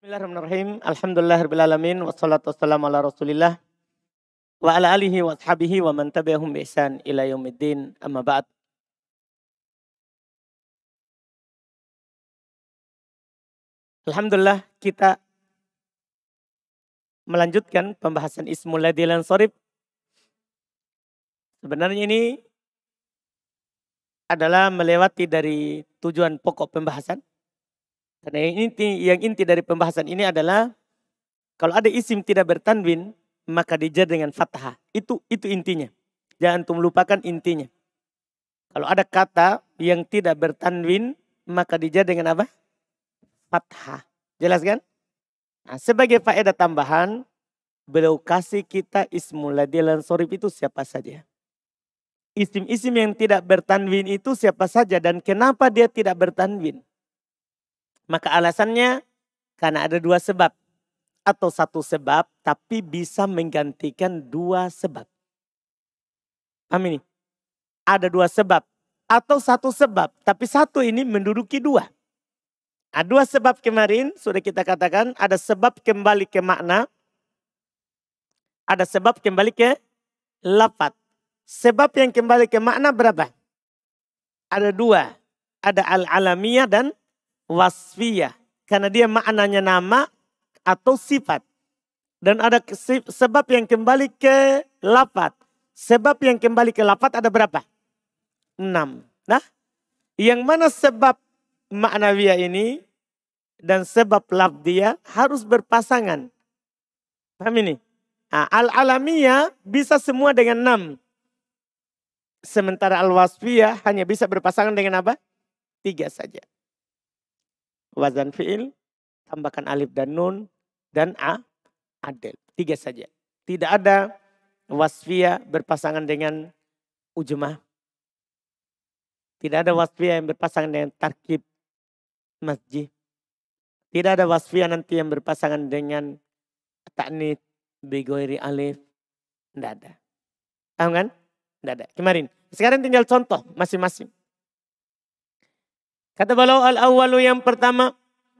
Bismillahirrahmanirrahim. Alhamdulillahirrahmanirrahim. Wassalatu wassalamu ala rasulillah. Wa ala alihi wa ashabihi wa man tabi'ahum bi ihsan ila yaumiddin. Amma ba'd. Alhamdulillah kita melanjutkan pembahasan Ismul Ladzi lan Sharif. Sebenarnya ini adalah melewati dari tujuan pokok pembahasan. Karena yang inti dari pembahasan ini adalah kalau ada isim tidak bertanwin maka dijar dengan fathah. Itu intinya. Jangan antum lupakan intinya. Kalau ada kata yang tidak bertanwin maka dijar dengan apa? Fathah. Jelas kan? Nah, sebagai faedah tambahan beliau kasih kita Ismul Ladzi lan Sharif itu siapa saja. Isim-isim yang tidak bertanwin itu siapa saja dan kenapa dia tidak bertanwin. Maka alasannya karena ada dua sebab. Atau satu sebab tapi bisa menggantikan dua sebab. Paham ini? Ada dua sebab. Atau satu sebab. Tapi satu ini menduduki dua. Nah, dua sebab kemarin sudah kita katakan. Ada sebab kembali ke makna. Ada sebab kembali ke lafaz. Sebab yang kembali ke makna berapa? Ada dua. Ada al-alamiyah dan wasfiyah. Karena dia maknanya nama atau sifat. Dan ada sebab yang kembali ke lafaz. Sebab yang kembali ke lafaz ada berapa? 6. Nah, yang mana sebab maknawiyah ini dan sebab lafdiyah harus berpasangan. Paham ini? Nah, al-alamiyah bisa semua dengan 6. Sementara al-wasfiyah hanya bisa berpasangan dengan apa? 3 saja. Wazan fi'il, tambahkan alif dan nun, dan adel. 3 saja. Tidak ada wasfiyah berpasangan dengan ujmah. Tidak ada wasfiyah yang berpasangan dengan tarkib masjid. Tidak ada wasfiyah nanti yang berpasangan dengan ta'nits bighairi alif. Tidak ada. Paham kan? Tidak ada. Kemarin. Sekarang tinggal contoh masing-masing. Kata beliau al-awwalu yang pertama.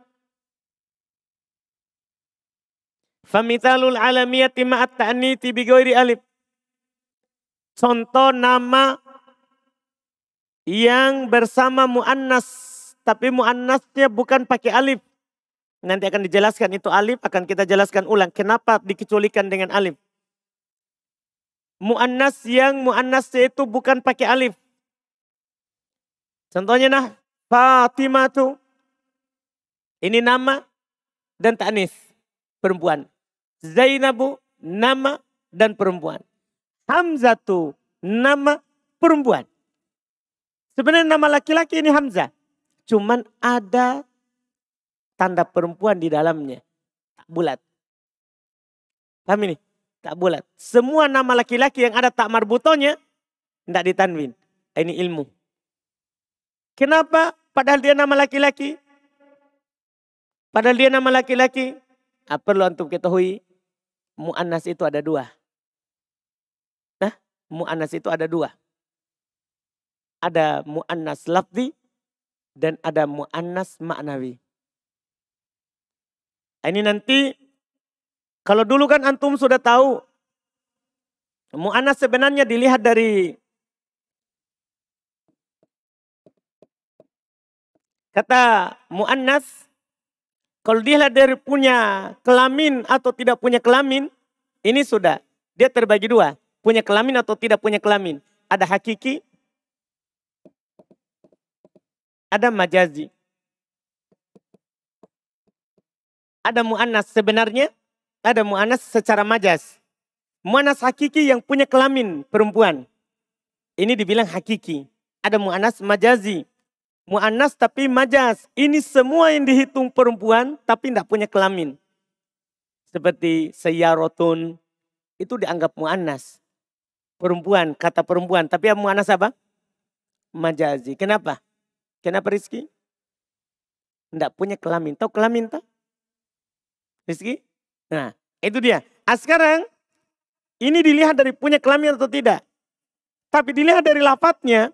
Famithalul alamiyati ma'at ta'niti bighairi alif. Contoh nama yang bersama mu'annas. Tapi mu'annasnya bukan pakai alif. Nanti akan dijelaskan itu alif. Akan kita jelaskan ulang. Kenapa dikecualikan dengan alif. Mu'annas yang mu'annasnya itu bukan pakai alif. Contohnya nah. Fatimah tuh. Ini nama dan ta'nis. Perempuan. Zainabu nama dan perempuan. Hamzah tuh nama perempuan. Sebenarnya nama laki-laki ini Hamzah. Cuman ada tanda perempuan di dalamnya. Tak bulat. Paham ini? Tak bulat. Semua nama laki-laki yang ada tak marbutonya. Tidak ditanwin. Ini ilmu. Kenapa? Padahal dia nama laki-laki. Padahal dia nama laki-laki. Perlu untuk ketahui. Mu'annas itu ada 2. Nah, mu'annas itu ada 2. Ada mu'annas lafzi. Dan ada mu'annas maknawi. Ini nanti. Kalau dulu kan antum sudah tahu. Mu'annas sebenarnya dilihat dari. Kata mu'annas, kalau dia dari punya kelamin atau tidak punya kelamin, ini sudah. Dia terbagi 2. Punya kelamin atau tidak punya kelamin. Ada hakiki, ada majazi. Ada mu'annas sebenarnya, ada mu'annas secara majaz. Mu'annas hakiki yang punya kelamin perempuan. Ini dibilang hakiki. Ada mu'annas majazi. Mu'annas tapi majaz. Ini semua yang dihitung perempuan tapi tidak punya kelamin. Seperti sayyarotun. Itu dianggap mu'annas. Perempuan, kata perempuan. Tapi mu'annas apa? Majazi. Kenapa? Kenapa Rizki? Tidak punya kelamin. Tahu kelamin tak? Rizki? Nah itu dia. Sekarang ini dilihat dari punya kelamin atau tidak. Tapi dilihat dari lafadznya.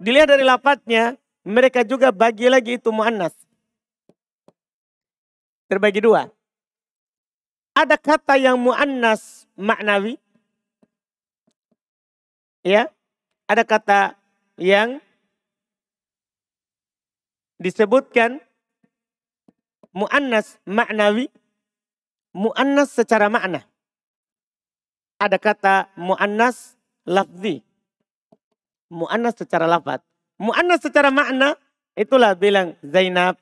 Mereka juga bagi lagi itu mu'annas. terbagi dua. Ada kata yang mu'annas maknawi. Ya, ada kata yang disebutkan mu'annas maknawi, mu'annas secara makna. Ada kata mu'annas lafzi, mu'annas secara lafaz. Mu'annas secara makna, itulah bilang Zainab.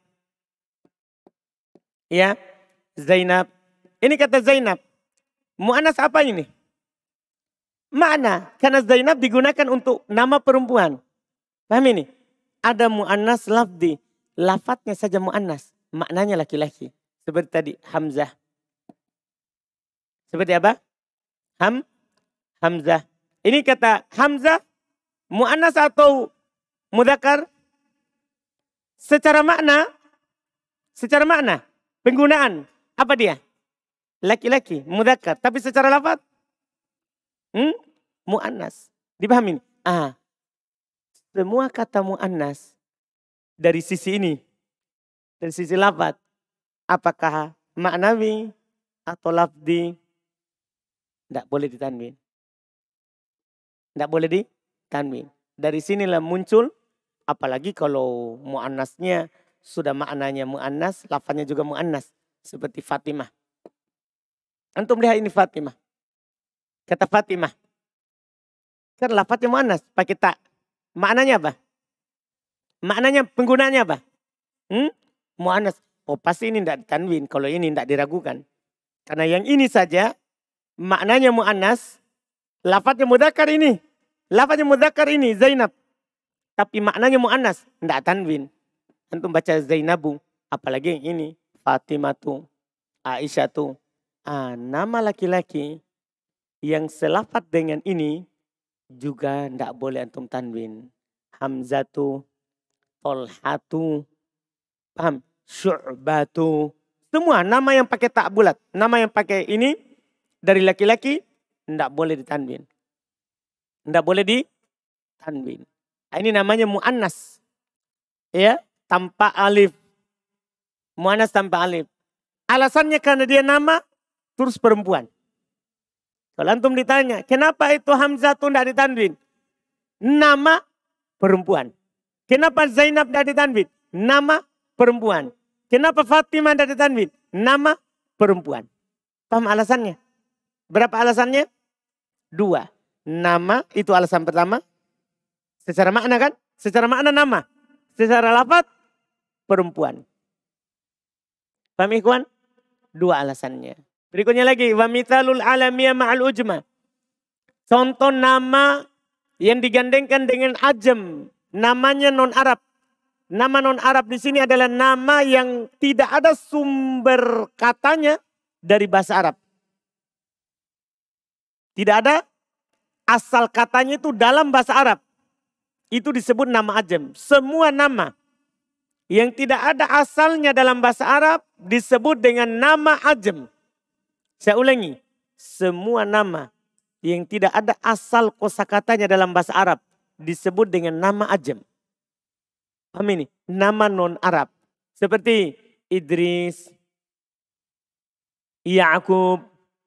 Ya, Zainab. Ini kata Zainab. Mu'annas apa ini? Makna. Karena Zainab digunakan untuk nama perempuan. Paham ini? Ada mu'annas lafzi. Lafadznya saja mu'annas. Maknanya laki-laki. Seperti tadi Hamzah. Seperti apa? Hamzah. Ini kata Hamzah. Mu'annas atau mudzakkar? Secara makna. Penggunaan. Apa dia? Laki-laki. Mudzakkar. Tapi secara lafaz? Mu'annas. Dipahami? Semua kata mu'annas. Dari sisi ini. Dari sisi lafaz. Apakah maknawi atau lafzi? Tidak boleh ditanwin. Tidak boleh ditanwin. Dari sinilah muncul. Apalagi kalau mu'annasnya sudah maknanya mu'annas. Lafaznya juga mu'annas. Seperti Fatimah. Antum lihat ini Fatimah. Kata Fatimah. Kan lafaznya mu'annas. Pakai tak. Maknanya apa? Maknanya penggunaannya apa? Mu'annas. Oh pasti ini tidak ditanwin. Kalau ini tidak diragukan. Karena yang ini saja. Maknanya mu'annas. Lafaznya mudzakkar ini. Lafaznya mudzakkar ini Zainab. Tapi maknanya mu'annas. Tidak tanwin. Antum baca Zainabu. Apalagi yang ini. Fatimah tu. Aisyah tu. Nama laki-laki. Yang selafat dengan ini. Juga tidak boleh antum tanwin. Hamzatu. Tolhatu. Paham? Syu'batu. Semua nama yang pakai tak bulat. Nama yang pakai ini. Dari laki-laki. Tidak boleh ditanwin. Tidak boleh ditanwin. Ini namanya mu'annas. Ya. Tanpa alif. Mu'annas tanpa alif. Alasannya karena dia nama. Terus perempuan. Kalau antum ditanya. Kenapa itu Hamzah itu tidak ditanwin? Nama perempuan. Kenapa Zainab tidak ditanwin? Nama perempuan. Kenapa Fatimah tidak ditanwin? Nama perempuan. Paham alasannya? Berapa alasannya? 2. Nama itu alasan pertama. Secara makna kan? Secara makna nama. Secara lafaz perempuan. Paham ikhwan? 2 alasannya. Berikutnya lagi. Wa mithalul alamiyah ma'al ujma. Contoh nama yang digandengkan dengan ajam. Namanya non-Arab. Nama non-Arab di sini adalah nama yang tidak ada sumber katanya dari bahasa Arab. Tidak ada asal katanya itu dalam bahasa Arab. Itu disebut nama ajam. Semua nama yang tidak ada asalnya dalam bahasa Arab disebut dengan nama ajam. Saya ulangi. Semua nama yang tidak ada asal kosakatanya dalam bahasa Arab disebut dengan nama ajam. Paham ini? Nama non-Arab. Seperti Idris, Ya'qub,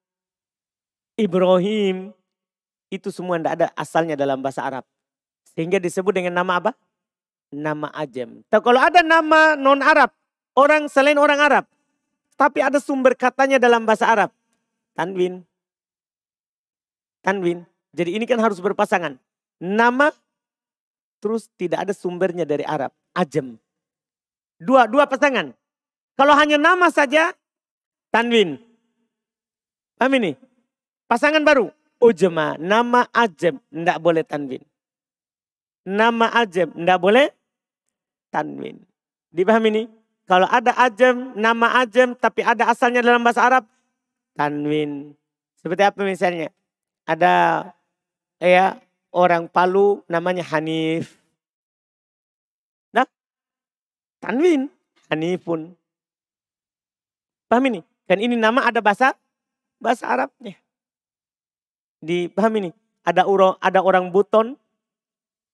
Ibrahim. Itu semua tidak ada asalnya dalam bahasa Arab. Sehingga disebut dengan nama apa? Nama ajam. Kalau ada nama non-Arab. Orang selain orang Arab. Tapi ada sumber katanya dalam bahasa Arab. Tanwin. Tanwin. Jadi ini kan harus berpasangan. Nama. Terus tidak ada sumbernya dari Arab. Ajam. Dua pasangan. Kalau hanya nama saja. Tanwin. Paham ini? Pasangan baru. Ujma. Nama ajam. Tidak boleh tanwin. Nama ajam. Tidak boleh tanwin. Dipahami ini? Kalau ada ajam. Nama ajam. Tapi ada asalnya dalam bahasa Arab. Tanwin. Seperti apa misalnya? Ada orang Palu namanya Hanif. Nah, tanwin. Hanifun. Paham ini? Kan ini nama ada bahasa Arabnya. Dipahami ini? Ada orang Buton.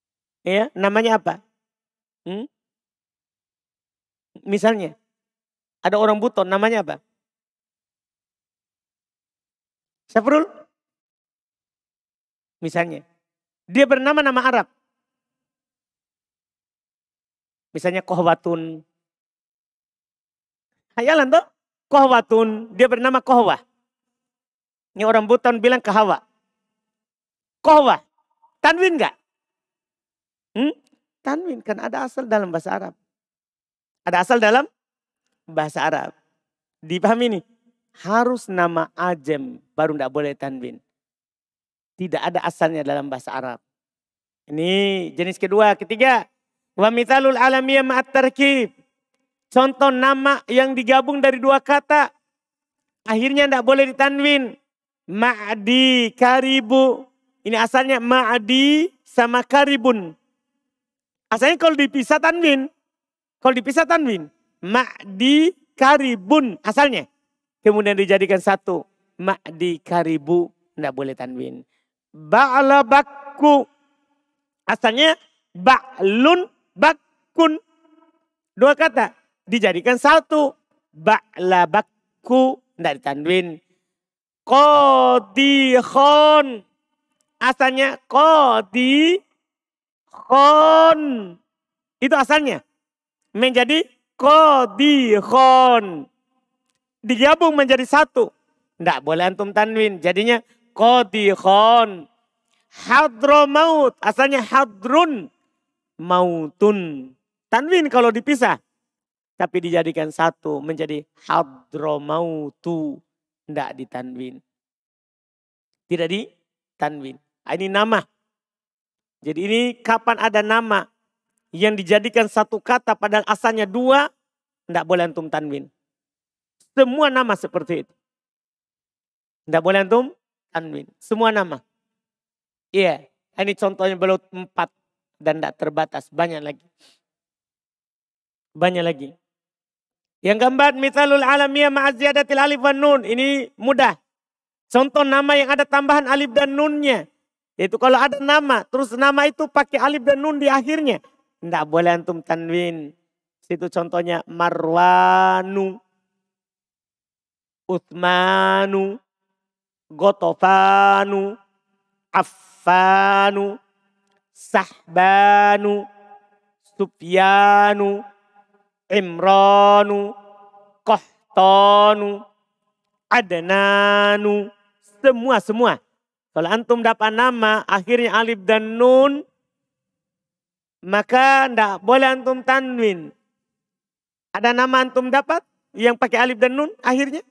Ya, namanya apa? Misalnya. Ada orang buton namanya apa? Syafrul? Misalnya. Dia bernama nama Arab. Misalnya Kohwatun. Hayalan tuh. Kohwatun. Dia bernama Kohwa. Ini orang buton bilang ke Hawa. Kohwa. Tanwin enggak? Tanwin kan ada asal dalam bahasa Arab. Ada asal dalam bahasa Arab. Dipahami nih. Harus nama ajem baru enggak boleh tanwin. Tidak ada asalnya dalam bahasa Arab. Ini jenis kedua. Ketiga. Wa mithalul alamiyyah ma'at tarkib. Contoh nama yang digabung dari dua kata. Akhirnya tidak boleh ditanwin. Ma'di, karibu. Ini asalnya ma'di sama karibun. Asalnya kalau dipisah tanwin. Kalau dipisah tanwin. Ma'di, karibun. Asalnya. Kemudian dijadikan satu. Ma'di, karibu. Tidak boleh tanwin. Ba'la bakku. Asalnya ba'lun bakkun. Dua kata. Dijadikan satu. Ba'la bakku. Tidak ditanwin. Qadikhon. Asalnya qadikhon. Itu asalnya. Menjadi qadikhon. Digabung menjadi satu. Tidak boleh antum tanwin. Jadinya qadikhon. Hadromaut. Asalnya hadrun. Mautun. Tanwin kalau dipisah. Tapi dijadikan satu menjadi hadromautu. Tidak ditanwin. Tidak ditanwin. Ini nama. Jadi ini kapan ada nama yang dijadikan satu kata padahal asalnya dua. Tidak boleh antum tanwin. Semua nama seperti itu. Tidak boleh antum tanwin. Semua nama. Iya. Ini contohnya belut 4. Dan tidak terbatas. Banyak lagi. Banyak lagi. Yang keempat, mithalul alamiyyah ma'aziyadatil alif wan nun. Ini mudah. Contoh nama yang ada tambahan alif dan nunnya. Yaitu kalau ada nama, terus nama itu pakai alif dan nun di akhirnya. Tidak boleh antum tanwin. Itu contohnya Marwanu, Uthmanu, Gotofanu, Affanu, Sahbanu, Sufyanu, Imranu, Qahtanu, Adnanu, semua. Kalau antum dapat nama akhirnya alif dan nun, maka tidak boleh antum tanwin. Ada nama antum dapat yang pakai alif dan nun akhirnya?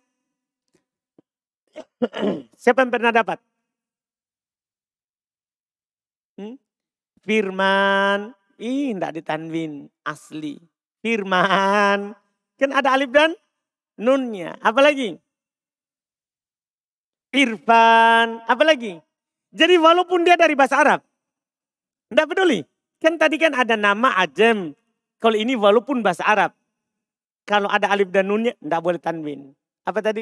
Siapa yang pernah dapat? Firman, tidak ditanwin asli. Firman. Kan ada alif dan nunnya. Apalagi? Irfan. Apalagi? Jadi walaupun dia dari bahasa Arab. Tidak peduli. Kan tadi kan ada nama ajem. Kalau ini walaupun bahasa Arab. Kalau ada alif dan nunnya tidak boleh tanwin. Apa tadi?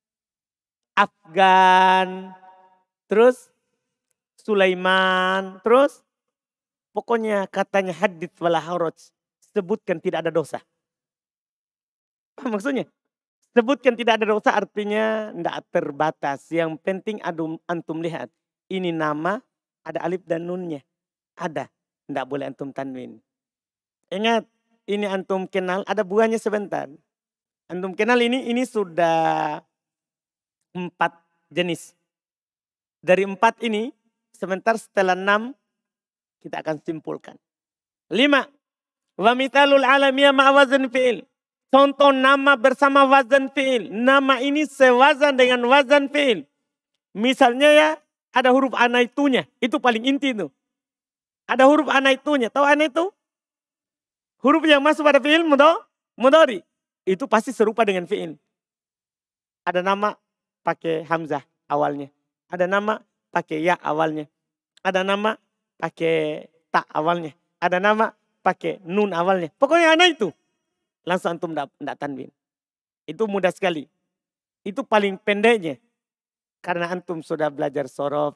Afgan. Terus Sulaiman. Terus pokoknya katanya hadits wala haraj. Sebutkan tidak ada dosa. Apa maksudnya? Sebutkan tidak ada dosa artinya tidak terbatas. Yang penting antum lihat. Ini nama ada alif dan nunnya. Ada. Tidak boleh antum tanwin. Ingat. Ini antum kenal ada buahnya sebentar. Antum kenal ini sudah 4 jenis. Dari 4 ini sebentar setelah 6 kita akan simpulkan. 5. Wa mithalul alamiyyah ma'wazan fi'il. Contoh nama bersama wazan fi'il. Nama ini sewazan dengan wazan fi'il. Misalnya ya ada huruf anaitunya. Itu paling inti itu. Ada huruf anaitunya. Tahu anaitu? Huruf yang masuk pada fi'il mudhari. Itu pasti serupa dengan fi'il. Ada nama pakai hamzah awalnya. Ada nama pakai ya awalnya. Ada nama pakai ta awalnya. Ada nama pakai nun awalnya. Pokoknya anak itu. Langsung antum tidak tanwin. Itu mudah sekali. Itu paling pendeknya. Karena antum sudah belajar sorof.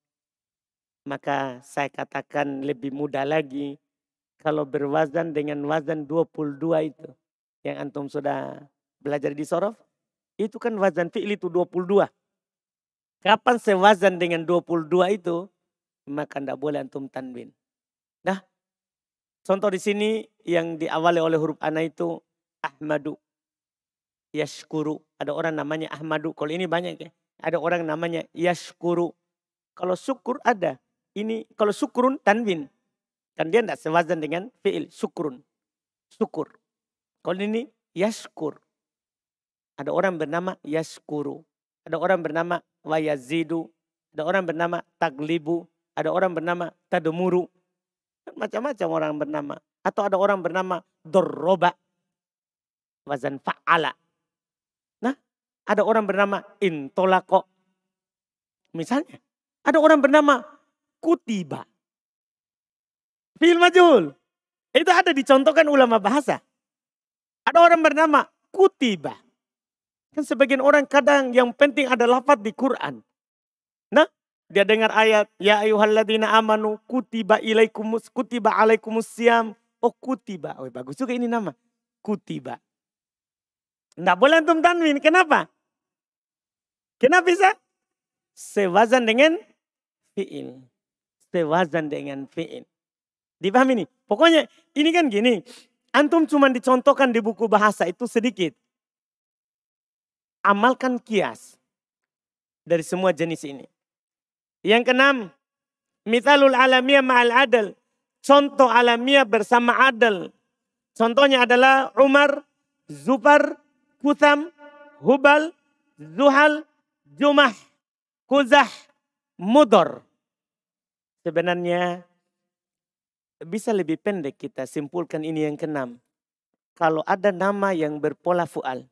Maka saya katakan lebih mudah lagi. Kalau berwazan dengan wazan 22 itu. Yang antum sudah belajar di sorof, itu kan wazan fi'il itu 22. Kapan sewazan dengan 22 itu, maka tidak boleh antum tanwin. Nah, contoh di sini yang diawali oleh huruf ana itu Ahmadu, Yashkuru. Ada orang namanya Ahmadu. Kalau ini banyak ya. Ada orang namanya Yashkuru. Kalau syukur ada. Ini kalau syukurun tanwin. Kan dia tidak sewazan dengan fi'il syukurun. Syukur. Kalau ini Yashkur. Ada orang bernama Yashkuru. Ada orang bernama Wayazidu. Ada orang bernama Taglibu. Ada orang bernama Tadumuru. Macam-macam orang bernama. Atau ada orang bernama Dorroba. Wazan fa'ala. Nah, ada orang bernama Intolako. Misalnya, ada orang bernama Kutiba. Fi'il majhul. Itu ada dicontohkan ulama bahasa. Ada orang bernama Kutiba. Kan sebagian orang kadang yang penting ada lafaz di Quran. Nah, dia dengar ayat ya ayyuhalladzina amanu kutiba alaikumus syiyam. Oh kutiba. Oh bagus juga ini nama. Kutiba. Enggak boleh antum tanwin. Kenapa? Kenapa bisa? Sewazan dengan fi'il. Sewazan dengan fi'il. Dipahami nih? Pokoknya ini kan gini. Antum cuma dicontohkan di buku bahasa itu sedikit. Amalkan kias dari semua jenis ini. Yang keenam, mithalul alamiah ma'al adal. Contoh alamiah bersama adal. Contohnya adalah Umar, Zufar, Kutham, Hubal, Zuhal, Jumah, Kuzah, Mudor. Sebenarnya bisa lebih pendek kita simpulkan ini yang keenam. Kalau ada nama yang berpola fu'al.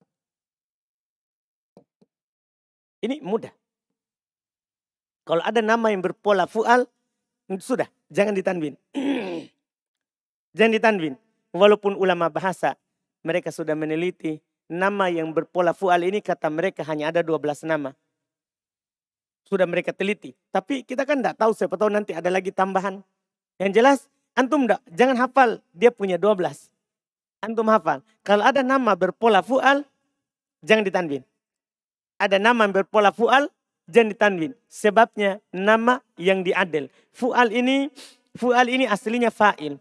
Ini mudah. Kalau ada nama yang berpola fu'al, sudah, jangan ditanwin. Jangan ditanwin. Walaupun ulama bahasa, mereka sudah meneliti, nama yang berpola fu'al ini kata mereka hanya ada 12 nama. Sudah mereka teliti. Tapi kita kan tidak tahu, siapa tahu nanti ada lagi tambahan. Yang jelas, antum jangan hafal, dia punya 12. Antum hafal. Kalau ada nama berpola fu'al, jangan ditanwin. Ada nama yang berpola fu'al, jangan ditanwin. Sebabnya nama yang diadil. Fu'al ini aslinya fa'il.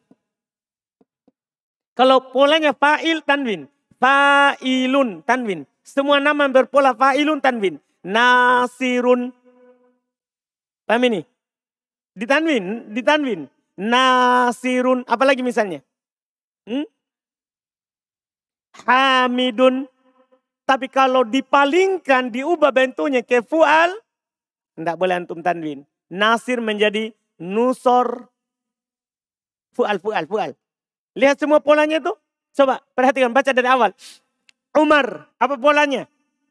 Kalau polanya fa'il, tanwin. Fa'ilun, tanwin. Semua nama yang berpola fa'ilun, tanwin. Nasirun. Paham ini? Ditanwin. Nasirun. Apalagi misalnya? Hamidun. Tapi kalau dipalingkan, diubah bentuknya ke fu'al, tidak boleh antum tanwin. Nasir menjadi nusor. Fu'al. Lihat semua polanya itu. Coba perhatikan, baca dari awal. Umar, apa polanya?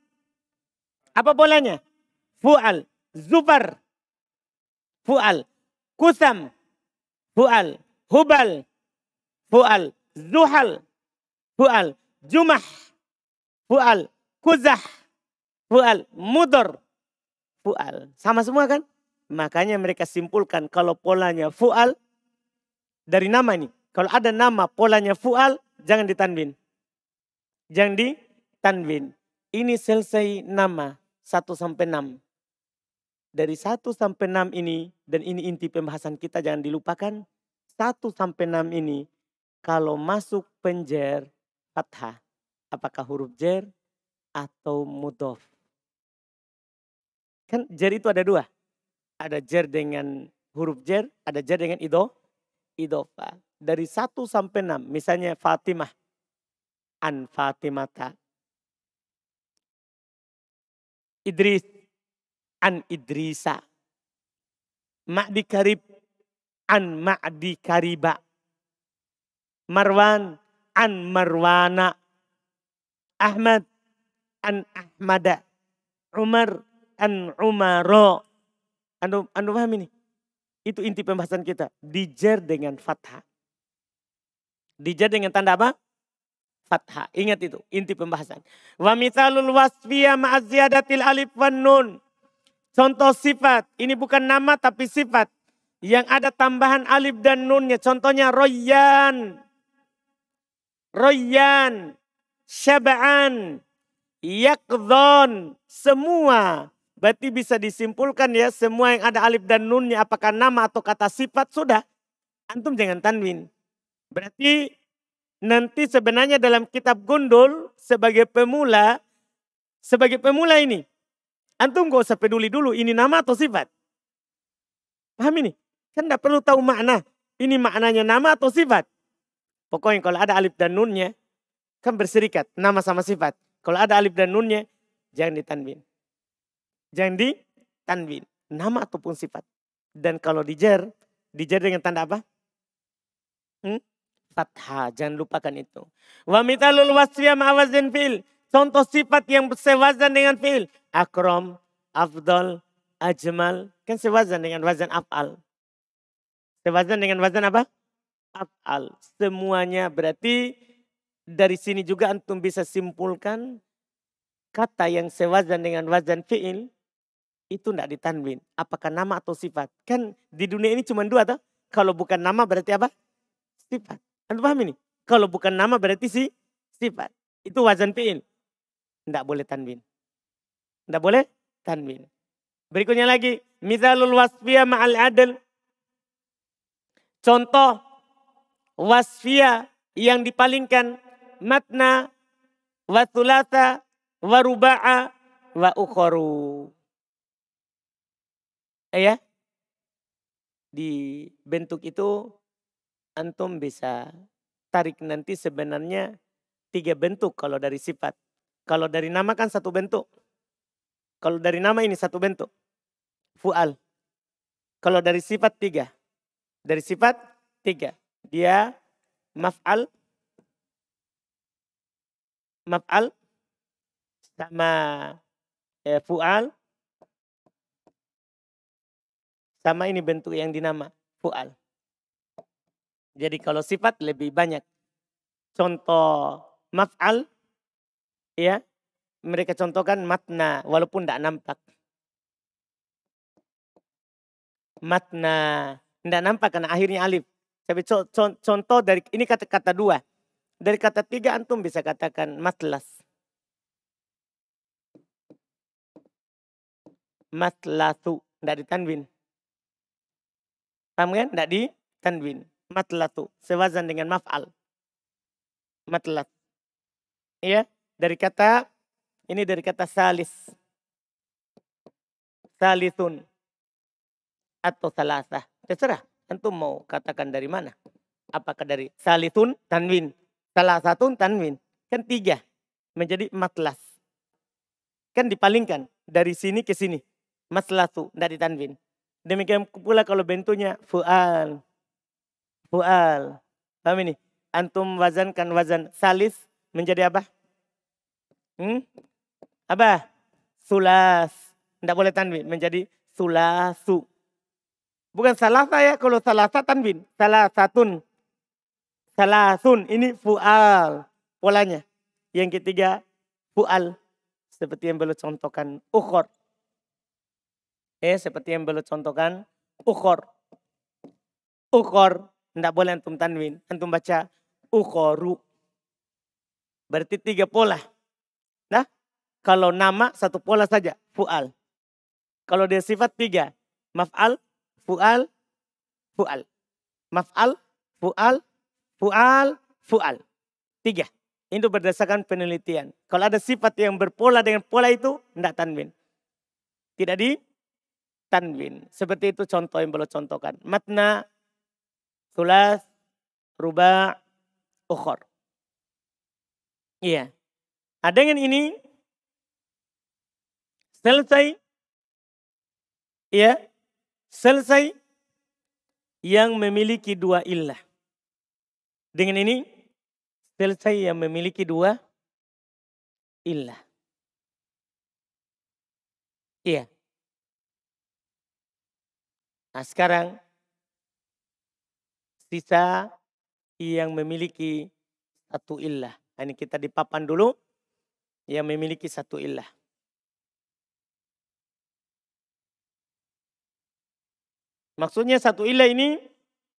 Fu'al. Zufar. Fu'al. Kusam. Fu'al. Hubal. Fu'al. Zuhal. Fu'al. Jumah. Fu'al, kuzah, fu'al, mudor, fu'al. Sama semua kan? Makanya mereka simpulkan kalau polanya fu'al dari nama ini. Kalau ada nama polanya fu'al, jangan ditanwin. Jangan ditanwin. Ini selesai nama 1 sampai 6. Dari 1 sampai 6 ini, dan ini inti pembahasan kita jangan dilupakan. 1 sampai 6 ini, kalau masuk penjer, fathah. Apakah huruf jer atau mudhof? Kan jer itu ada 2. Ada jer dengan huruf jer, ada jer dengan idhofah. Dari 1 sampai 6, misalnya Fatimah. An Fatimata. Idris. An Idrisa. Ma'di Karib. An Ma'di Kariba. Marwan. An Marwana. Ahmad an Ahmada, Umar an Umaro. Anda paham ini? Itu inti pembahasan kita. Dijer dengan fathah. Dijer dengan tanda apa? Fathah. Ingat itu, inti pembahasan. Wa mithalul wasfiyah ma'aziyadatil alif wan nun. Contoh sifat, ini bukan nama tapi sifat. Yang ada tambahan alif dan nunnya. Contohnya Royan. syab'an, yakdhon, semua. Berarti bisa disimpulkan ya, semua yang ada alif dan nunnya apakah nama atau kata sifat sudah. Antum jangan tanwin. Berarti nanti sebenarnya dalam kitab Gundul sebagai pemula ini. Antum gak usah peduli dulu ini nama atau sifat. Paham ini? Kan gak perlu tahu makna. Ini maknanya nama atau sifat. Pokoknya kalau ada alif dan nunnya kan berserikat nama sama sifat. Kalau ada alif dan nunnya jangan ditanwin. Jangan ditanwin. Nama ataupun sifat. Dan kalau dijar dengan tanda apa? Fathah. Jangan lupakan itu. Wa mithalul wasfiyah ma'awazin fi'il. Contoh sifat yang sewazan dengan fi'il. Akram, afdal, ajmal. Kan sewazan dengan wazan af'al. Sewazan dengan wazan apa? Af'al. Semuanya berarti dari sini juga antum bisa simpulkan kata yang sewazan dengan wazan fi'il itu tidak ditanwin. Apakah nama atau sifat? Kan di dunia ini cuma dua toh. Kalau bukan nama berarti apa? Sifat. Anda paham ini? Kalau bukan nama berarti sifat. Itu wazan fi'il. Tidak boleh tanwin. Tidak boleh tanwin. Berikutnya lagi. Mithalul wasfiyah ma'al adl. Contoh wasfiyah yang dipalingkan. Matna, wa thulatha, wa ruba'a, wa ukhoru. Ya, di bentuk itu antum bisa tarik nanti sebenarnya 3 bentuk kalau dari sifat. Kalau dari nama kan 1 bentuk. Kalau dari nama ini 1 bentuk. Fu'al. Kalau dari sifat 3. Dari sifat 3. Dia maf'al. Maf'al. Sama fu'al. Sama ini bentuk yang dinama fu'al. Jadi kalau sifat lebih banyak. Contoh maf'al. Ya. Mereka contohkan matna. Walaupun tidak nampak. Matna. Tidak nampak karena akhirnya alif. Tapi contoh dari ini kata-kata 2. Dari kata 3 antum bisa katakan matlas. Matlatu. Tidak ditanwin. Paham kan? Tidak ditanwin. Matlatu. Sewazan dengan maf'al. Matlat. Iya. Dari kata. Ini dari kata salis. Salithun. Atau salasah. Terserah. Antum mau katakan dari mana. Apakah dari salithun tanwin. Salasatun tanwin. Kan 3. Menjadi matlas. Kan dipalingkan. Dari sini ke sini. Matlatu. Tidak ditanwin. Demikian pula kalau bentuknya fu'al. Fu'al. Paham ini? Antum wazankan wazan salis menjadi apa? Apa? Sulas. Tidak boleh tanwin. Menjadi sulasu. Bukan salasa ya. Kalau salasa tanwin. Salasatun. Salasun. Ini fu'al. Polanya. Yang ketiga fu'al. Seperti yang belum contohkan ukhor. Seperti yang belum contohkan ukhor. Ukhor. Tidak boleh antum tanwin. Antum baca ukhoru. Berarti 3 pola. Nah, kalau nama 1 pola saja. Fu'al. Kalau dia sifat 3. Maf'al, fu'al, fu'al. Maf'al, fu'al, fu'al, fu'al. 3. Itu berdasarkan penelitian. Kalau ada sifat yang berpola dengan pola itu, tidak tanwin. Tidak di tanwin. Seperti itu contoh yang belum contohkan. Matna, sulas, ruba', ukhor. Iya. Dengan ini selesai. Ya. Selesai yang memiliki 2 illah. Dengan ini selesai yang memiliki 2 illah. Iya. Nah sekarang sisa yang memiliki 1 illah. Ini kita di papan dulu yang memiliki 1 illah. Maksudnya 1 illah ini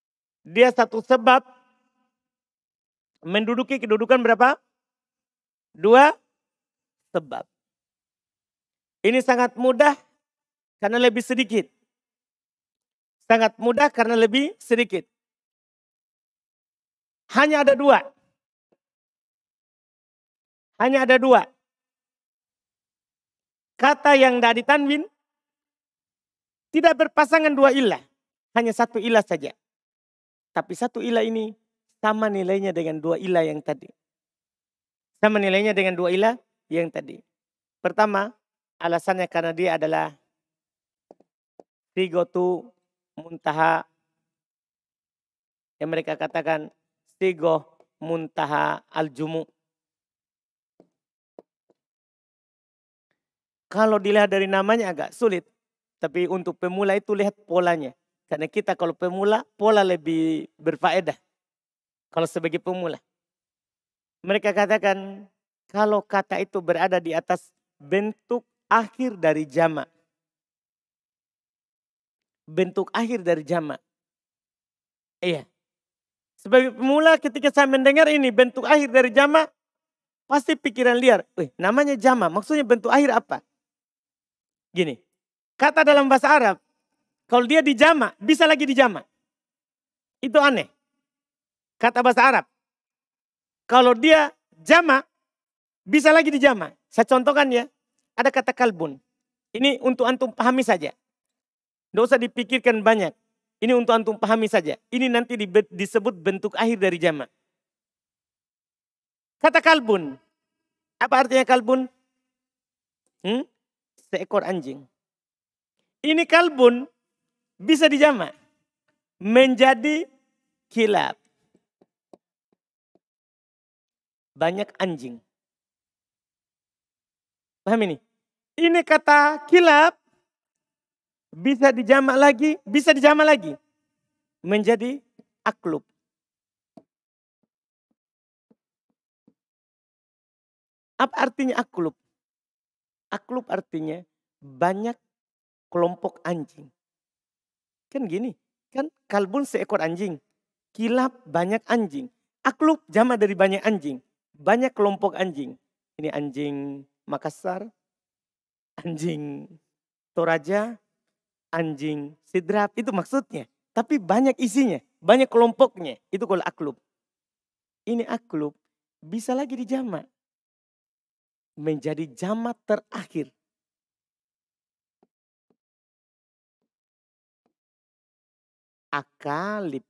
dia 1 sebab menduduki kedudukan berapa? dua sebab. Ini sangat mudah karena lebih sedikit. Sangat mudah karena lebih sedikit. Hanya ada dua. Hanya ada dua. Kata yang tidak ditanwin tidak berpasangan dua ilah. Hanya satu ilah saja. Tapi satu ilah ini sama nilainya dengan dua ilah yang tadi. Sama nilainya dengan dua ilah yang tadi. Pertama, alasannya karena dia adalah sigotu muntaha. Yang mereka katakan sigoh muntaha al-jumu. Kalau dilihat dari namanya agak sulit. Tapi untuk pemula itu lihat polanya. Karena kita kalau pemula, pola lebih berfaedah. Kalau sebagai pemula. Mereka katakan, kalau kata itu berada di atas bentuk akhir dari jamak. Bentuk akhir dari jamak. Iya. Sebagai pemula ketika saya mendengar ini bentuk akhir dari jamak, pasti pikiran liar. Namanya jamak, maksudnya bentuk akhir apa? Gini, kata dalam bahasa Arab, kalau dia dijamak, bisa lagi dijamak. Itu aneh. Kata bahasa Arab. Kalau dia jamak, bisa lagi dijamak. Saya contohkan ya. Ada kata kalbun. Ini untuk antum pahami saja. Tidak usah dipikirkan banyak. Ini untuk antum pahami saja. Ini nanti disebut bentuk akhir dari jamak. Kata kalbun. Apa artinya kalbun? Seekor anjing. Ini kalbun bisa dijamak menjadi kilab. Banyak anjing. Paham ini? Ini kata kilab bisa dijamak lagi menjadi aklub. Apa artinya aklub? Aklub artinya banyak kelompok anjing. Kan gini, kan kalbun seekor anjing. Kilab banyak anjing. Aklub jamak dari banyak anjing. Banyak kelompok anjing. Ini anjing Makassar, anjing Toraja, anjing Sidrap. Itu maksudnya. Tapi banyak isinya, banyak kelompoknya. Itu kalau aklub. Ini aklub bisa lagi dijamak. Menjadi jamak terakhir. Akalib.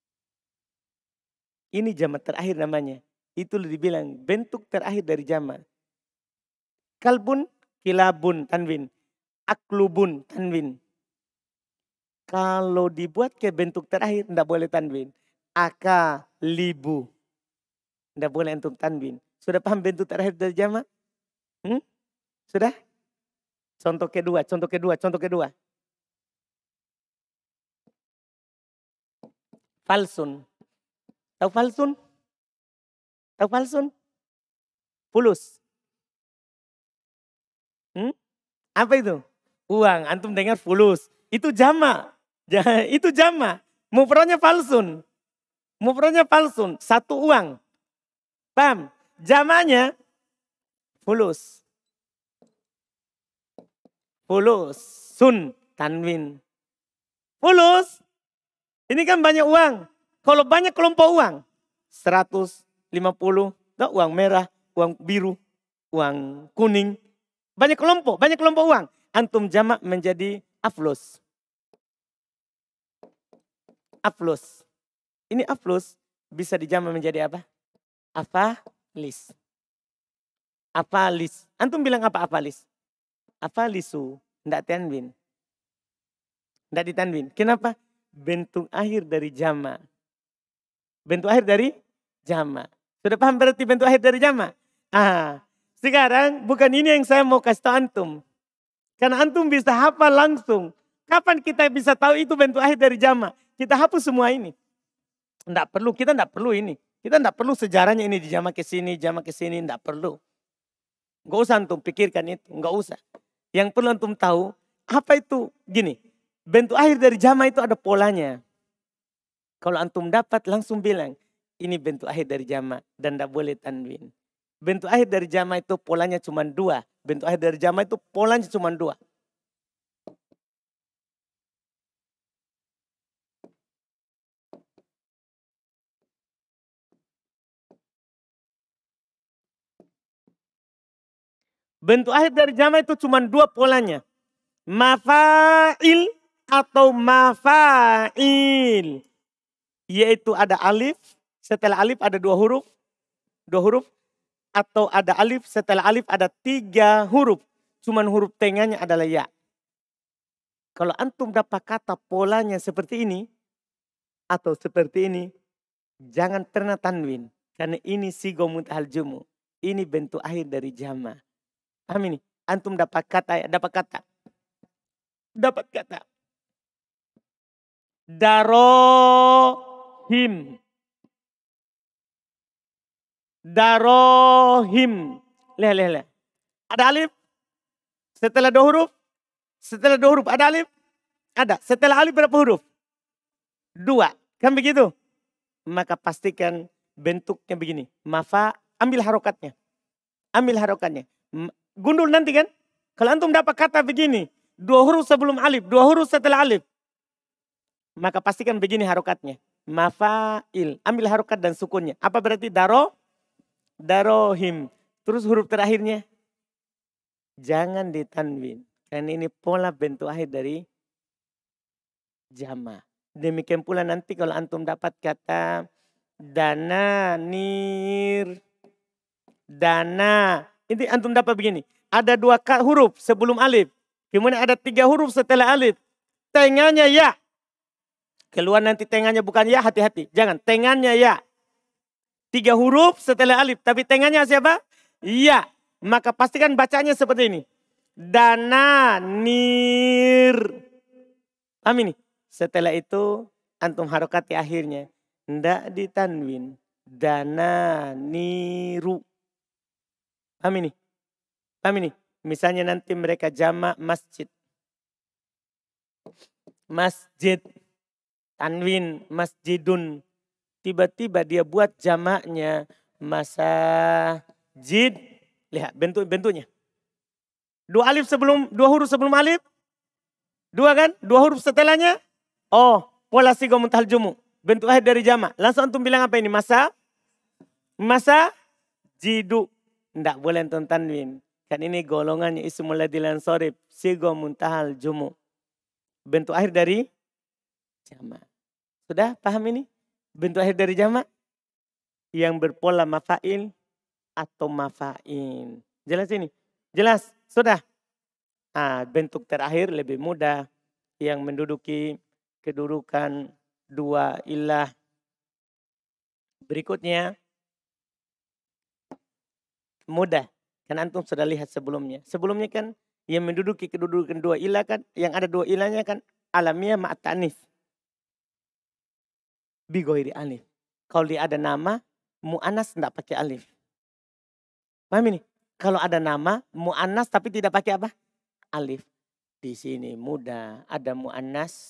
Ini jamak terakhir namanya. Itu dibilang bentuk terakhir dari jamak. Kalbun, kilabun, tanwin. Aklubun, tanwin. Kalau dibuat ke bentuk terakhir, tidak boleh tanwin. Akalibu. Tidak boleh untuk tanwin. Sudah paham bentuk terakhir dari jamak? Sudah? Contoh kedua. Falsun. Tahu falsun? Tahu falsun? Fulus. Apa itu? Uang. Antum dengar fulus. Itu jamak. Itu jamak. Mufradnya falsun. Satu uang. Paham? Jamaknya fulus. Fulusun. Tanwin. Fulus. Ini kan banyak uang. Kalau banyak kelompok uang. 150. Uang merah. Uang biru. Uang kuning. Banyak kelompok uang. Antum jamak menjadi aflus. Aflus. Ini aflus bisa dijamak menjadi apa? Afalis. Afalis. Antum bilang apa afalis? Afalisu. Tidak tanwin. Tidak ditanwin. Kenapa? Bentuk akhir dari jamak. Bentuk akhir dari jamak. Sudah paham berarti bentuk akhir dari jamak? Sekarang bukan ini yang saya mau kasih tahu antum. Karena antum bisa hafal langsung. Kapan kita bisa tahu itu bentuk akhir dari jamak? Kita hapus semua ini. Kita tidak perlu ini. Kita tidak perlu sejarahnya ini di jamak ke sini, tidak perlu. Enggak usah antum pikirkan itu, enggak usah. Yang perlu antum tahu, apa itu? Gini, bentuk akhir dari jamak itu ada polanya. Kalau antum dapat langsung bilang, ini bentuk akhir dari jamak dan tidak boleh tanwin. Bentuk akhir dari jama itu polanya cuma dua. Bentuk akhir dari jama itu polanya cuma dua. Bentuk akhir dari jama itu cuma dua polanya. Mafail atau mafail. Yaitu ada alif, setelah alif ada dua huruf. Dua huruf. Atau ada alif, setelah alif ada tiga huruf. Cuman huruf tengahnya adalah ya. Kalau antum dapat kata polanya seperti ini. Atau seperti ini. Jangan pernah tanwin. Karena ini sigo muntahal jumu. Ini bentuk akhir dari jama. Paham ini? Antum dapat kata. Dapat kata. Darohim. Darohim. Lihat. Ada alif. Setelah dua huruf. Setelah dua huruf ada alif. Ada. Setelah alif berapa huruf? Dua. Kan begitu? Maka pastikan bentuknya begini. Mafa, ambil harokatnya. Ambil harokatnya. Gundul nanti kan? Kalau antum dapat kata begini. Dua huruf sebelum alif. Dua huruf setelah alif. Maka pastikan begini harokatnya. Mafail. Ambil harokat dan sukunnya. Apa berarti darohim. Terus huruf terakhirnya. Jangan ditanwin. Karena ini pola bentuk akhir dari jama. Demikian pula nanti kalau antum dapat kata dananir. Dana. Ini antum dapat begini. Ada dua huruf sebelum alif. Kemudian ada tiga huruf setelah alif. Tengahnya ya. Keluar nanti tengahnya bukan ya, hati-hati. Jangan, tengahnya ya. Tiga huruf setelah alif. Tapi tengahnya siapa? Ya. Maka pastikan bacanya seperti ini. Dananir. Paham ini? Setelah itu antum harokati akhirnya. Ndak ditanwin. Dananiru. Paham ini? Paham ini? Misalnya nanti mereka jamak masjid. Masjid. Tanwin masjidun. Tiba-tiba dia buat jamaknya masajid. Lihat bentuknya. Dua huruf sebelum alif. Dua kan? Dua huruf setelahnya. Oh, pola sigo muntahal jumu. Bentuk akhir dari jamak. Langsung antum bilang apa ini? Masa jidu. Nggak boleh antum tanwin. Kan ini golongannya ismul ladilan sorib. Sigo muntahal jumu. Bentuk akhir dari jamak. Sudah paham ini? Bentuk akhir dari jamak. Yang berpola mafail atau mafain. Jelas ini? Jelas? Sudah? Bentuk terakhir lebih mudah. Yang menduduki kedudukan dua ilah. Berikutnya. Mudah. Kan antum sudah lihat sebelumnya. Sebelumnya kan yang menduduki kedudukan dua ilah kan. Yang ada dua ilahnya kan alamiah ma'at ta'nif. Bigoiri alif. Kalau dia ada nama, mu'anas tidak pakai alif. Paham ini? Kalau ada nama, mu'anas tapi tidak pakai apa? Alif. Di sini mudah. Ada mu'anas.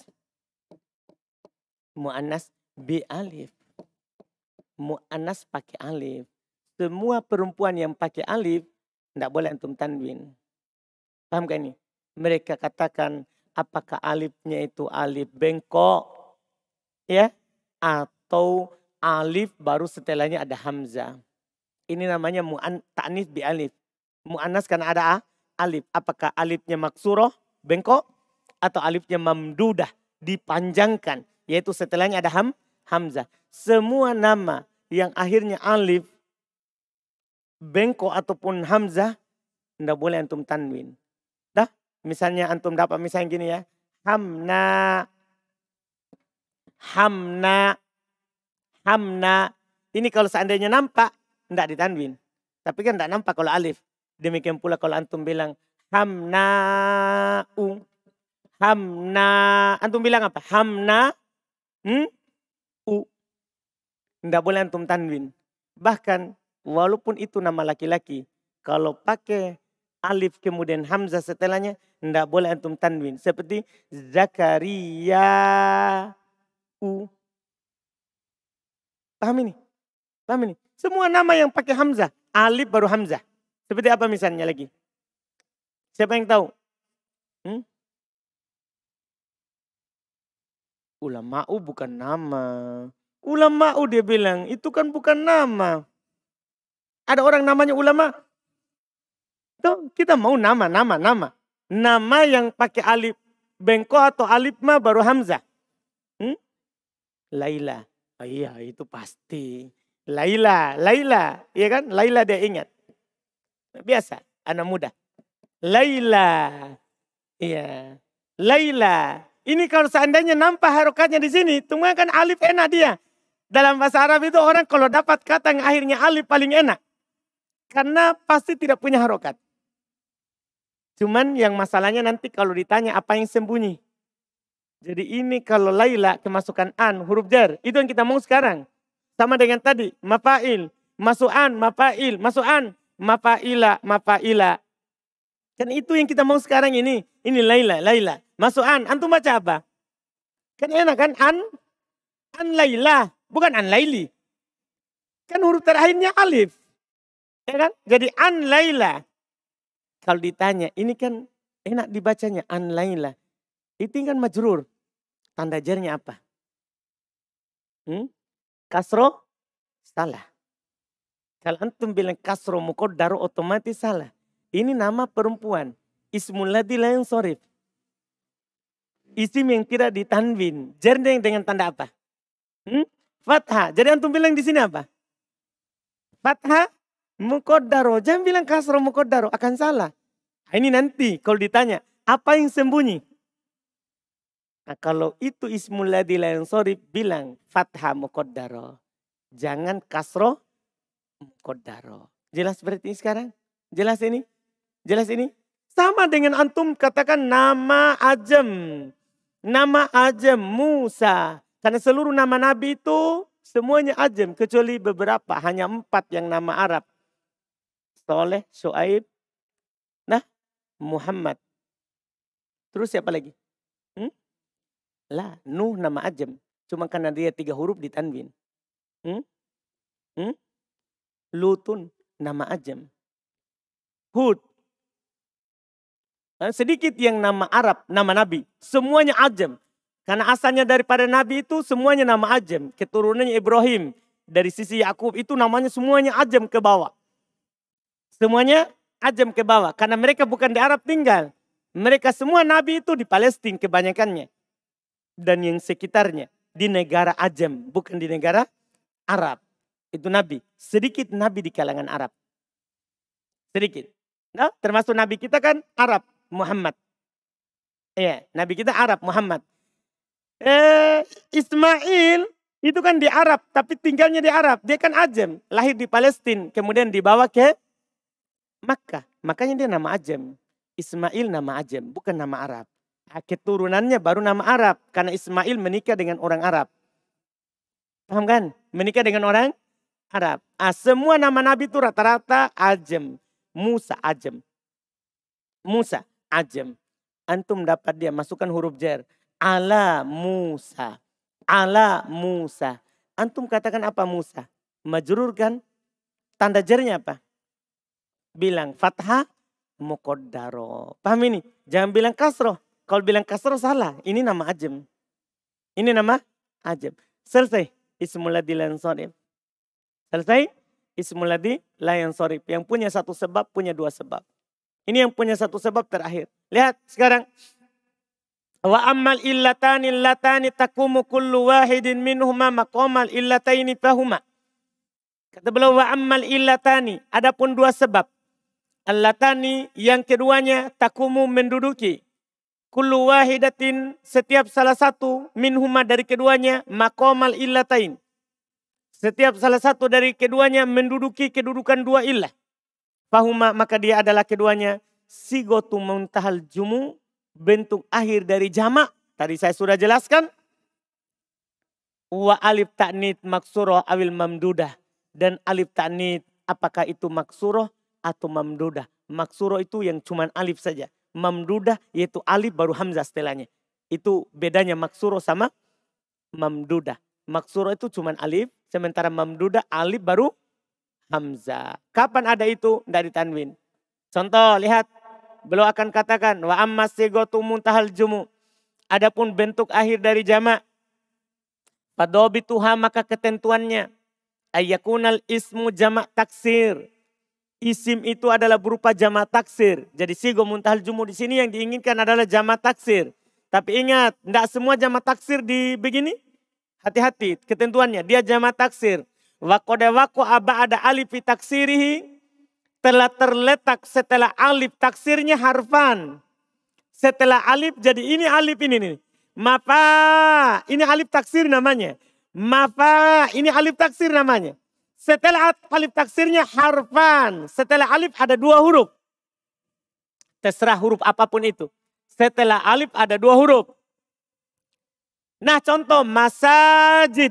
Mu'anas bi alif. Mu'anas pakai alif. Semua perempuan yang pakai alif, tidak boleh antum tanwin. Paham kan ini? Mereka katakan, apakah alifnya itu alif bengkok? Ya? Atau alif baru setelahnya ada hamzah. Ini namanya ta'nits bi alif. Mu'annas karena ada alif. Apakah alifnya maksuroh, bengkok? Atau alifnya mamdudah, dipanjangkan. Yaitu setelahnya ada hamzah. Semua nama yang akhirnya alif, bengkok ataupun hamzah, tidak boleh antum tanwin. Dah, misalnya antum dapat misalnya gini ya. Hamna. Ini kalau seandainya nampak, tidak ditanwin. Tapi kan tidak nampak kalau alif. Demikian pula kalau antum bilang hamna'u. Antum bilang apa? Tidak boleh antum tanwin. Bahkan walaupun itu nama laki-laki. Kalau pakai alif kemudian hamzah setelahnya. Tidak boleh antum tanwin. Seperti Zakaria. Paham ini? Semua nama yang pakai hamzah. alif baru hamzah. Seperti apa misalnya lagi? Siapa yang tahu? Ulama'u bukan nama. Ulama'u dia bilang, itu kan bukan nama. Ada orang namanya ulama. Tuh, kita mau nama. Nama yang pakai alif bengko atau alif ma baru hamzah. Laila. Oh iya, itu pasti. Laila. Iya kan? Laila dia ingat. Biasa, anak muda. Laila. Iya. Laila. Ini kalau seandainya nampak harokatnya di sini, cuma kan alif enak dia. Dalam bahasa Arab itu orang kalau dapat kata yang akhirnya alif paling enak. Karena pasti tidak punya harokat. Cuman yang masalahnya nanti kalau ditanya apa yang sembunyi. Jadi ini kalau Laila kemasukan an, huruf jar. Itu yang kita mau sekarang. Sama dengan tadi, mafail. Masuk an, mafail. Masuk an, mafaila. Kan itu yang kita mau sekarang ini. Ini Laila. Masuk an, antum baca apa? Kan enak kan? An Laila. Bukan an Laili. Kan huruf terakhirnya alif. Ya kan? Jadi an Laila. Kalau ditanya, ini kan enak dibacanya an Laila. Itu kan majrur. Tanda jarnya apa? Kasro? Salah. Kalau antum bilang kasro muqaddar otomatis salah. Ini nama perempuan. Ismul ladzi la yansharif. Isim yang tidak ditanwin. Jar dengan tanda apa? Fathah. Jadi antum bilang di sini apa? Fathah muqaddaro. Jangan bilang kasro muqaddaro. Akan salah. Ini nanti kalau ditanya. Apa yang sembunyi? Nah, kalau itu ismul ladzi la yansharif bilang fathah muqaddaro. Jangan kasro muqaddaro. Jelas berarti ini sekarang? Jelas ini? Jelas ini? Sama dengan antum katakan nama ajam. Nama ajam Musa. Karena seluruh nama Nabi itu semuanya ajam. Kecuali beberapa. Hanya 4 yang nama Arab. Soleh, Shu'aib, Muhammad. Terus siapa lagi? Lah, Nuh nama ajam. Cuma karena dia 3 huruf ditanwin. Lutun nama ajam. Hud. Sedikit yang nama Arab, nama Nabi. Semuanya ajam. Karena asalnya daripada Nabi itu semuanya nama ajam. Keturunannya Ibrahim. Dari sisi Yakub itu namanya semuanya ajam ke bawah. Semuanya ajam ke bawah. Karena mereka bukan di Arab tinggal. Mereka semua Nabi itu di Palestina kebanyakannya. Dan yang sekitarnya. Di negara ajam. Bukan di negara Arab. Itu Nabi. Sedikit Nabi di kalangan Arab. Sedikit. Nah, termasuk Nabi kita kan Arab. Muhammad. Iya, Nabi kita Arab, Muhammad. Ismail itu kan di Arab, tapi tinggalnya di Arab. Dia kan ajam, lahir di Palestina, kemudian dibawa ke Makkah. Makanya dia nama ajam. Ismail nama ajam, bukan nama Arab. Keturunannya baru nama Arab, karena Ismail menikah dengan orang Arab. Paham kan? Menikah dengan orang Arab. Semua nama Nabi itu rata-rata ajam. Musa ajam. Musa ajam. Antum dapat dia masukkan huruf jar. Ala Musa. Ala Musa. Antum katakan apa Musa? Majrur kan? Tanda jarnya apa? Bilang fathah muqaddaro. Paham ini? Jangan bilang kasroh. Kalau bilang kasroh salah. Ini nama ajam. Ini nama ajam. Selesai. Ismul ladzi la yansharif. Selesai. Ismul ladzi la yansharif. Yang punya satu sebab, punya 2 sebab. Ini yang punya satu sebab terakhir. Lihat sekarang. Wa ammal illatani takumu kullu wahidin minhuma maqamal illataini fahuma. Kata beliau wa ammal illatani. Adapun 2 sebab. Allatani yang keduanya takumu menduduki. Kullu wahidatin setiap salah satu minhuma dari keduanya maqamal illatain. Setiap salah satu dari keduanya menduduki kedudukan 2 illah. Fahuma maka dia adalah keduanya sigotu muntahal jumu, bentuk akhir dari jamak. Tadi saya sudah jelaskan. Wa alif ta'nid maksuroh awil mamdudah. Dan alif ta'nid apakah itu maksuroh atau mamdudah. Maksuroh itu yang cuman alif saja. Mamdudah yaitu alif baru hamzah setelahnya. Itu bedanya maksuroh sama mamdudah. Maksuroh itu cuman alif. Sementara mamdudah alif baru hamzah. Kapan ada itu? Tidak ditanwin. Contoh, lihat. Beliau akan katakan, wa amma sigotu muntahal jumu. Adapun bentuk akhir dari jamak. Fadobituha maka ketentuannya. Ayyakunal ismu jamak taksir. Isim itu adalah berupa jamak taksir. Jadi sigo muntahal jumu di sini yang diinginkan adalah jamak taksir. Tapi ingat, tidak semua jamak taksir di begini. Hati-hati ketentuannya. Dia jamak taksir. Wa qadawaqo aba ada alif fi taksirihi. Telah terletak setelah alif taksirnya harfan. Setelah alif jadi ini alif ini nih. Mafa ini alif taksir namanya. Mafa ini alif taksir namanya. Setelah alif taksirnya harfan. Setelah alif ada 2 huruf. Terserah huruf apapun itu. Setelah alif ada 2 huruf. Nah contoh masajid.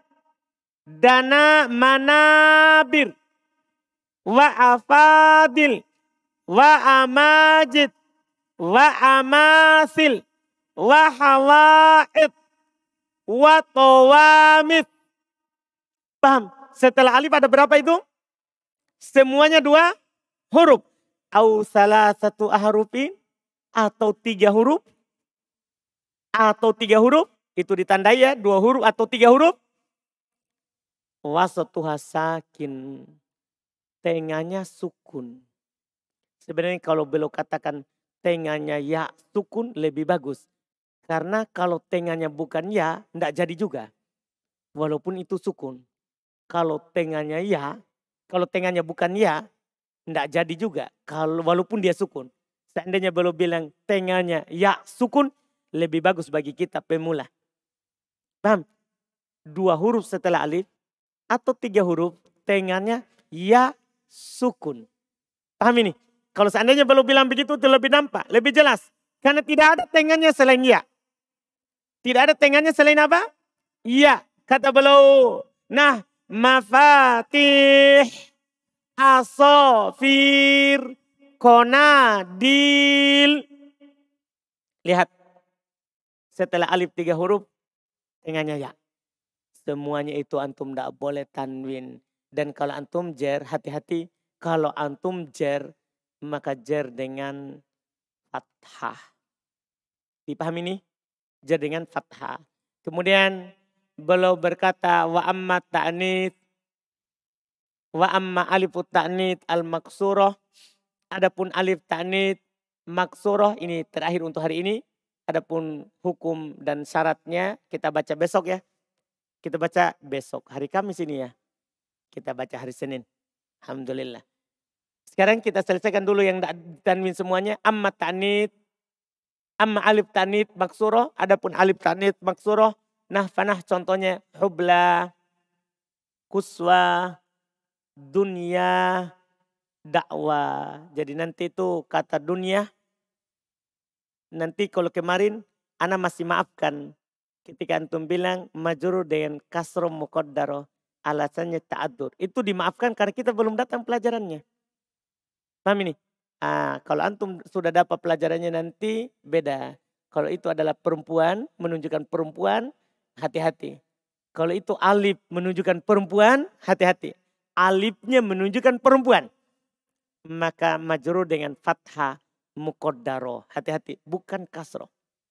Dana manabir. Wa afadil. Wa amajid. Wa amasil. Wa hawaid. Wa tawamid. Paham? Setelah alif ada berapa itu? Semuanya 2 huruf. Au salah satu ahrufin. Atau 3 huruf. Atau 3 huruf. Itu ditandai ya 2 huruf atau 3 huruf. Wasatuha sakin. Tengahnya sukun. Sebenarnya kalau beliau katakan tengahnya ya sukun lebih bagus. Karena kalau tengahnya bukan ya, tidak jadi juga. Walaupun itu sukun. Kalau tengahnya ya, kalau tengahnya bukan ya, tidak jadi juga. Kalau walaupun dia sukun. Seandainya beliau bilang tengahnya ya sukun, lebih bagus bagi kita pemula. Paham? 2 huruf setelah alif atau 3 huruf tengahnya ya sukun. Paham ini? Kalau seandainya beliau bilang begitu itu lebih nampak, lebih jelas. Karena tidak ada tengahnya selain ya. Tidak ada tengahnya selain apa? Ya. Kata beliau. Nah, mafatih, asofir, konadil. Lihat. Setelah alif 3 huruf, tengahnya ya. Semuanya itu antum tidak boleh tanwin. Dan kalau antum jer, hati-hati. Kalau antum jer, maka jer dengan fathah. Dipahami ini? Jer dengan fathah. Kemudian beliau berkata wa amma ta'nits wa amma alifut ta'nits al-maksurah. Adapun alif ta'nits maksurah ini terakhir untuk hari ini. Adapun hukum dan syaratnya kita baca besok ya. Kita baca besok. Hari Kamis ini ya. Kita baca hari Senin. Alhamdulillah. Sekarang kita selesaikan dulu yang tanwin semuanya. Amma ta'nits. Amma alif ta'nits maksurah. Adapun alif ta'nits maksurah. Nah fanah contohnya hubla, kuswa, dunya, dakwah. Jadi nanti itu kata dunia. Nanti kalau kemarin ana masih maafkan. Ketika antum bilang majrur dengan kasro muqaddaro. Alasannya ta'adur. Itu dimaafkan karena kita belum datang pelajarannya. Paham ini? Kalau antum sudah dapat pelajarannya nanti beda. Kalau itu adalah perempuan, menunjukkan perempuan, hati-hati. Kalau itu alif menunjukkan perempuan, hati-hati. Alifnya menunjukkan perempuan. Maka majrur dengan fathah muqaddaro. Hati-hati. Bukan kasro.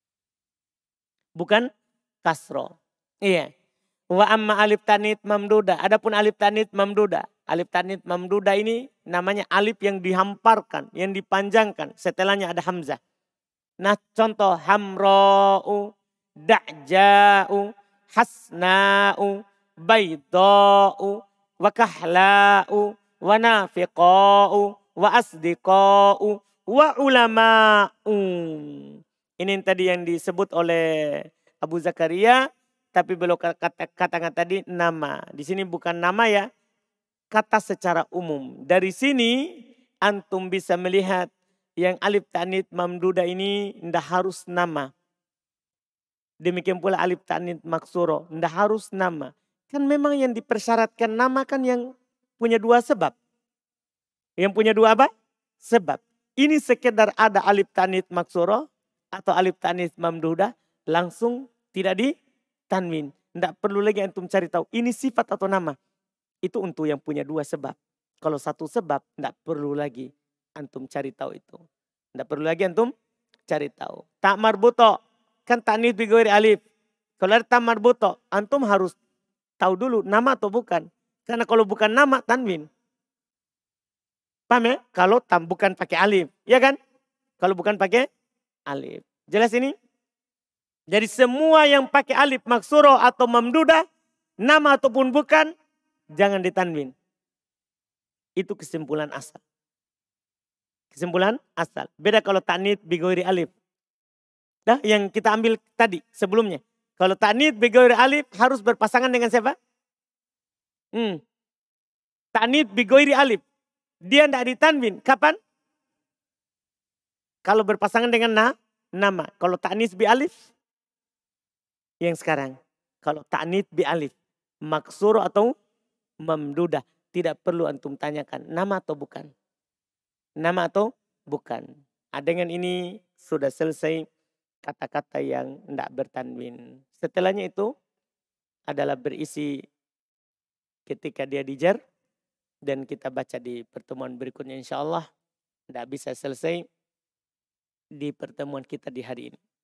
Bukan kasro. Iya. Wa amma alif ta'nits mamduda. Adapun alif ta'nits mamduda. Alif ta'nits mamduda ini namanya alif yang dihamparkan, yang dipanjangkan. Setelahnya ada hamzah. Nah contoh hamra'u, da'ja'u, hasna'u, bayda'u, wa kahla'u, wa nafiqa'u, wa asdiqa'u, wa ulama'u. Ini yang tadi yang disebut oleh Abu Zakaria. Tapi belum katakan tadi nama. Di sini bukan nama ya. Kata secara umum. Dari sini antum bisa melihat yang alif ta'nits mamduda ini tidak harus nama. Demikian pula alif ta'nits maksuro. Tidak harus nama. Kan memang yang dipersyaratkan nama kan yang punya 2 sebab. Yang punya 2 apa? Sebab. Ini sekedar ada alif ta'nits maksuro atau alif ta'nits mamduda. Langsung tidak ditanwin. Tidak perlu lagi antum cari tahu ini sifat atau nama. Itu untuk yang punya 2 sebab. kalau satu sebab, tidak perlu lagi antum cari tahu itu. Tidak perlu lagi antum cari tahu. Tak marbuto, kan ta'nis bi ghairi alif. Kalau ada tak marbuto, antum harus tahu dulu nama atau bukan. Karena kalau bukan nama, tanwin. Paham ya? Kalau bukan pakai alif, ya kan? Kalau bukan pakai alif. Jelas ini? Jadi semua yang pakai alif maksuro atau mamdudah, nama ataupun bukan, jangan ditanwin. Itu kesimpulan asal. Kesimpulan asal. Beda kalau ta'nits bi ghairi alif. Dah yang kita ambil tadi sebelumnya. Kalau ta'nits bi ghairi alif harus berpasangan dengan siapa? Ta'nits bi ghairi alif. Dia tidak ditanwin. Kapan? Kalau berpasangan dengan nama. Kalau ta'nits bi alif. Yang sekarang. Kalau ta'nits bi alif. Maksur atau mamdudah. Tidak perlu antum tanyakan nama atau bukan. Nama atau bukan. Dengan ini sudah selesai kata-kata yang tidak bertanwin. Setelahnya itu adalah berisi ketika dia dijar. Dan kita baca di pertemuan berikutnya insya Allah. Tidak bisa selesai di pertemuan kita di hari ini.